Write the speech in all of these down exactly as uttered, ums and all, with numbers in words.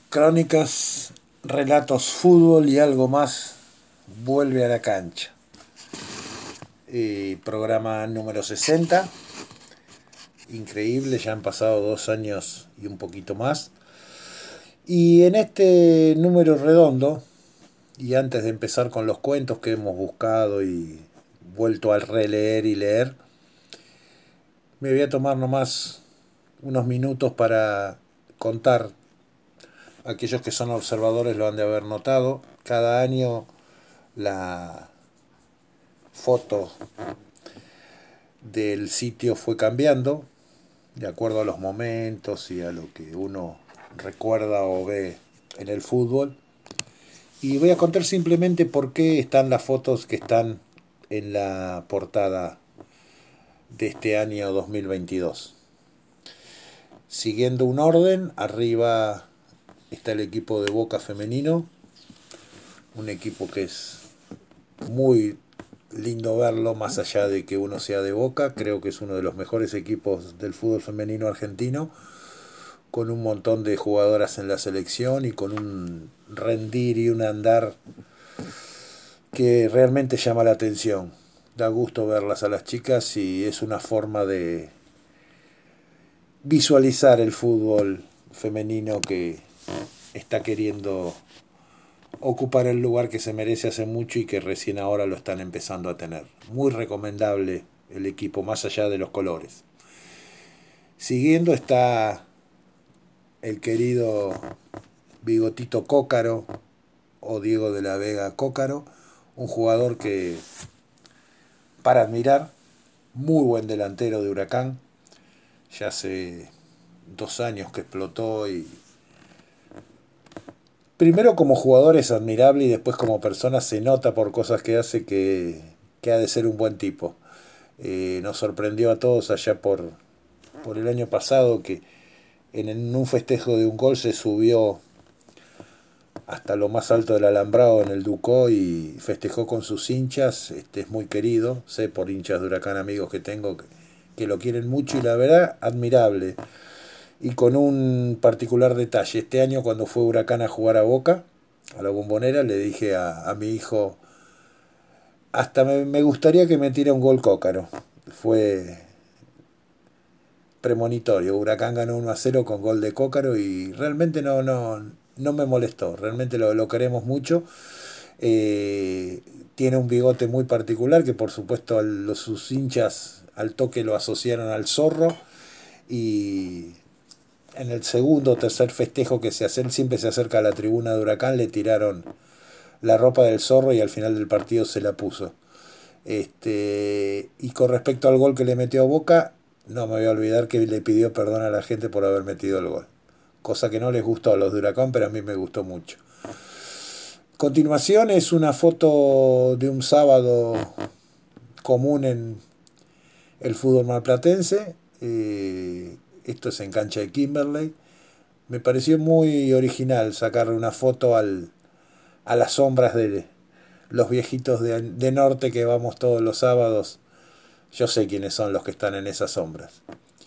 Crónicas, relatos, fútbol y algo más vuelve a la cancha. Eh, programa número sesenta. Increíble, ya han pasado dos años y un poquito más. Y en este número redondo, y antes de empezar con los cuentos que hemos buscado y vuelto a releer y leer, me voy a tomar nomás unos minutos para contar. Aquellos que son observadores lo han de haber notado. Cada año la foto del sitio fue cambiando de acuerdo a los momentos y a lo que uno recuerda o ve en el fútbol. Y voy a contar simplemente por qué están las fotos que están en la portada de este año dos mil veintidós. Siguiendo un orden, arriba está el equipo de Boca femenino, un equipo que es muy lindo verlo, más allá de que uno sea de Boca. Creo que es uno de los mejores equipos del fútbol femenino argentino, con un montón de jugadoras en la selección y con un rendir y un andar que realmente llama la atención. Da gusto verlas a las chicas y es una forma de visualizar el fútbol femenino que está queriendo ocupar el lugar que se merece hace mucho y que recién ahora lo están empezando a tener. Muy recomendable el equipo, más allá de los colores. Siguiendo está el querido Bigotito Cócaro o Diego de la Vega Cócaro, un jugador que para admirar, muy buen delantero de Huracán, ya hace dos años que explotó y primero como jugador es admirable y después como persona se nota por cosas que hace que, que ha de ser un buen tipo. Eh, nos sorprendió a todos allá por, por el año pasado que en, en un festejo de un gol se subió hasta lo más alto del alambrado en el Ducó y festejó con sus hinchas. Este es muy querido, sé por hinchas de Huracán amigos que tengo que, que lo quieren mucho y la verdad admirable. Y con un particular detalle, este año cuando fue Huracán a jugar a Boca, a la Bombonera, le dije a, a mi hijo, hasta me, me gustaría que me tire un gol Cócaro. Fue premonitorio. Huracán ganó uno a cero con gol de Cócaro y realmente no, no, no me molestó. Realmente lo, lo queremos mucho. Eh, tiene un bigote muy particular que por supuesto los, sus hinchas al toque lo asociaron al zorro. Y en el segundo o tercer festejo que se hace, él siempre se acerca a la tribuna de Huracán, le tiraron la ropa del zorro y al final del partido se la puso. Este, y con respecto al gol que le metió a Boca, no me voy a olvidar que le pidió perdón a la gente por haber metido el gol. Cosa que no les gustó a los de Huracán, pero a mí me gustó mucho. Continuación es una foto de un sábado común en el fútbol marplatense. Eh, esto es en cancha de Kimberley. Me pareció muy original sacarle una foto al, a las sombras de los viejitos de, de norte que vamos todos los sábados. Yo sé quiénes son los que están en esas sombras.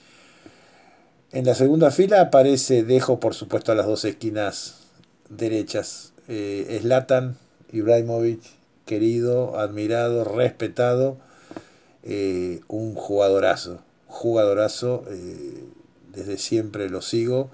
En la segunda fila aparece, dejo por supuesto a las dos esquinas derechas, eh, Zlatan Ibrahimovic, querido, admirado, respetado, eh, un jugadorazo, jugadorazo, eh, desde siempre lo sigo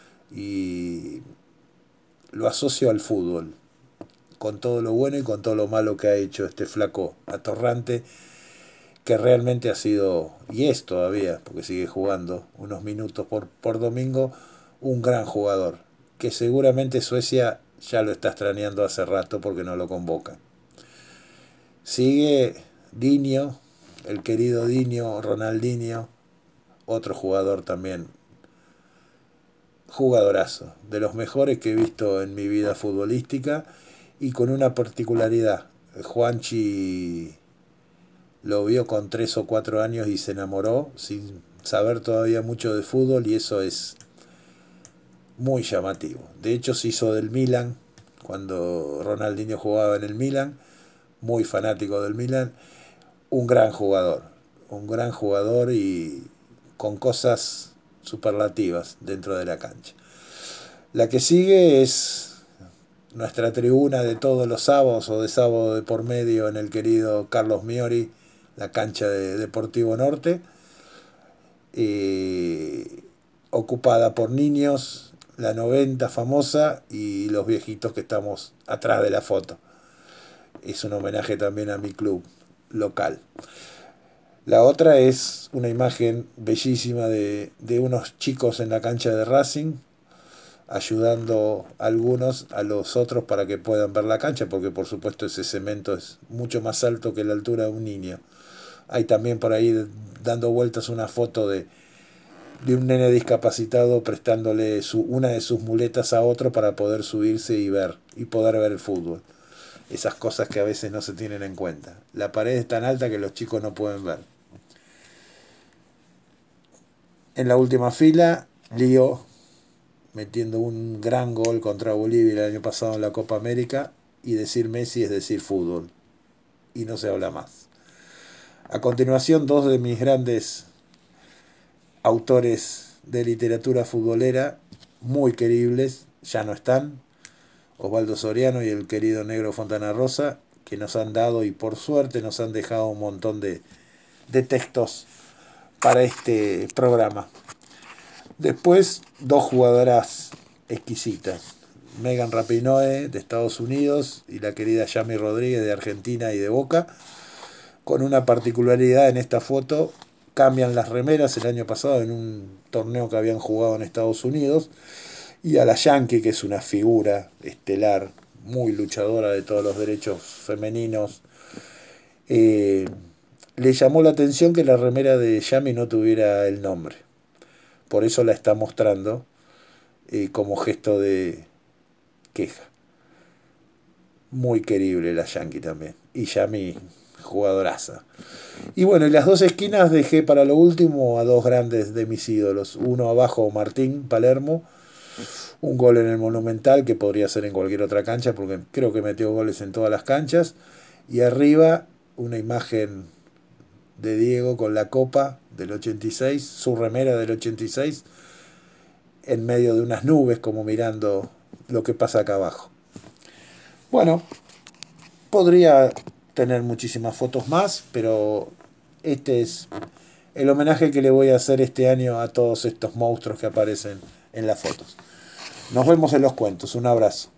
y lo asocio al fútbol, con todo lo bueno y con todo lo malo que ha hecho este flaco atorrante, que realmente ha sido, y es todavía, porque sigue jugando unos minutos por, por domingo, un gran jugador, que seguramente Suecia ya lo está extrañando hace rato porque no lo convoca. Sigue Diño, el querido Diño, Ronaldinho, otro jugador también, jugadorazo, de los mejores que he visto en mi vida futbolística y con una particularidad. Juanchi lo vio con tres o cuatro años y se enamoró sin saber todavía mucho de fútbol y eso es muy llamativo. De hecho se hizo del Milan cuando Ronaldinho jugaba en el Milan, muy fanático del Milan, un gran jugador, un gran jugador y con cosas superlativas dentro de la cancha. La que sigue es nuestra tribuna de todos los sábados o de sábado de por medio en el querido Carlos Miori, la cancha de Deportivo Norte, eh, ocupada por niños, la noventa famosa y los viejitos que estamos atrás de la foto. Es un homenaje también a mi club local. La otra es una imagen bellísima de, de unos chicos en la cancha de Racing, ayudando a algunos a los otros para que puedan ver la cancha, porque por supuesto ese cemento es mucho más alto que la altura de un niño. Hay también por ahí dando vueltas una foto de, de un nene discapacitado prestándole su, una de sus muletas a otro para poder subirse y ver, y poder ver el fútbol. Esas cosas que a veces no se tienen en cuenta. La pared es tan alta que los chicos no pueden ver. En la última fila, Lío metiendo un gran gol contra Bolivia el año pasado en la Copa América, y decir Messi es decir fútbol, y no se habla más. A continuación, dos de mis grandes autores de literatura futbolera, muy queribles, ya no están, Osvaldo Soriano y el querido Negro Fontana Rosa, que nos han dado y por suerte nos han dejado un montón de, de textos para este programa. Después, dos jugadoras exquisitas, Megan Rapinoe de Estados Unidos y la querida Yami Rodríguez de Argentina y de Boca, con una particularidad en esta foto: cambian las remeras el año pasado en un torneo que habían jugado en Estados Unidos, y a la Yankee, que es una figura estelar, muy luchadora de todos los derechos femeninos, eh, le llamó la atención que la remera de Yami no tuviera el nombre. Por eso la está mostrando eh, como gesto de queja. Muy querible la Yankee también. Y Yami, jugadoraza. Y bueno, en las dos esquinas dejé para lo último a dos grandes de mis ídolos. Uno abajo, Martín Palermo, un gol en el Monumental que podría ser en cualquier otra cancha, porque creo que metió goles en todas las canchas. Y arriba, una imagen de Diego con la copa del ochenta y seis, su remera del ochenta y seis, en medio de unas nubes, como mirando lo que pasa acá abajo. Bueno, podría tener muchísimas fotos más, pero este es el homenaje que le voy a hacer este año a todos estos monstruos que aparecen en las fotos. Nos vemos en los cuentos. Un abrazo.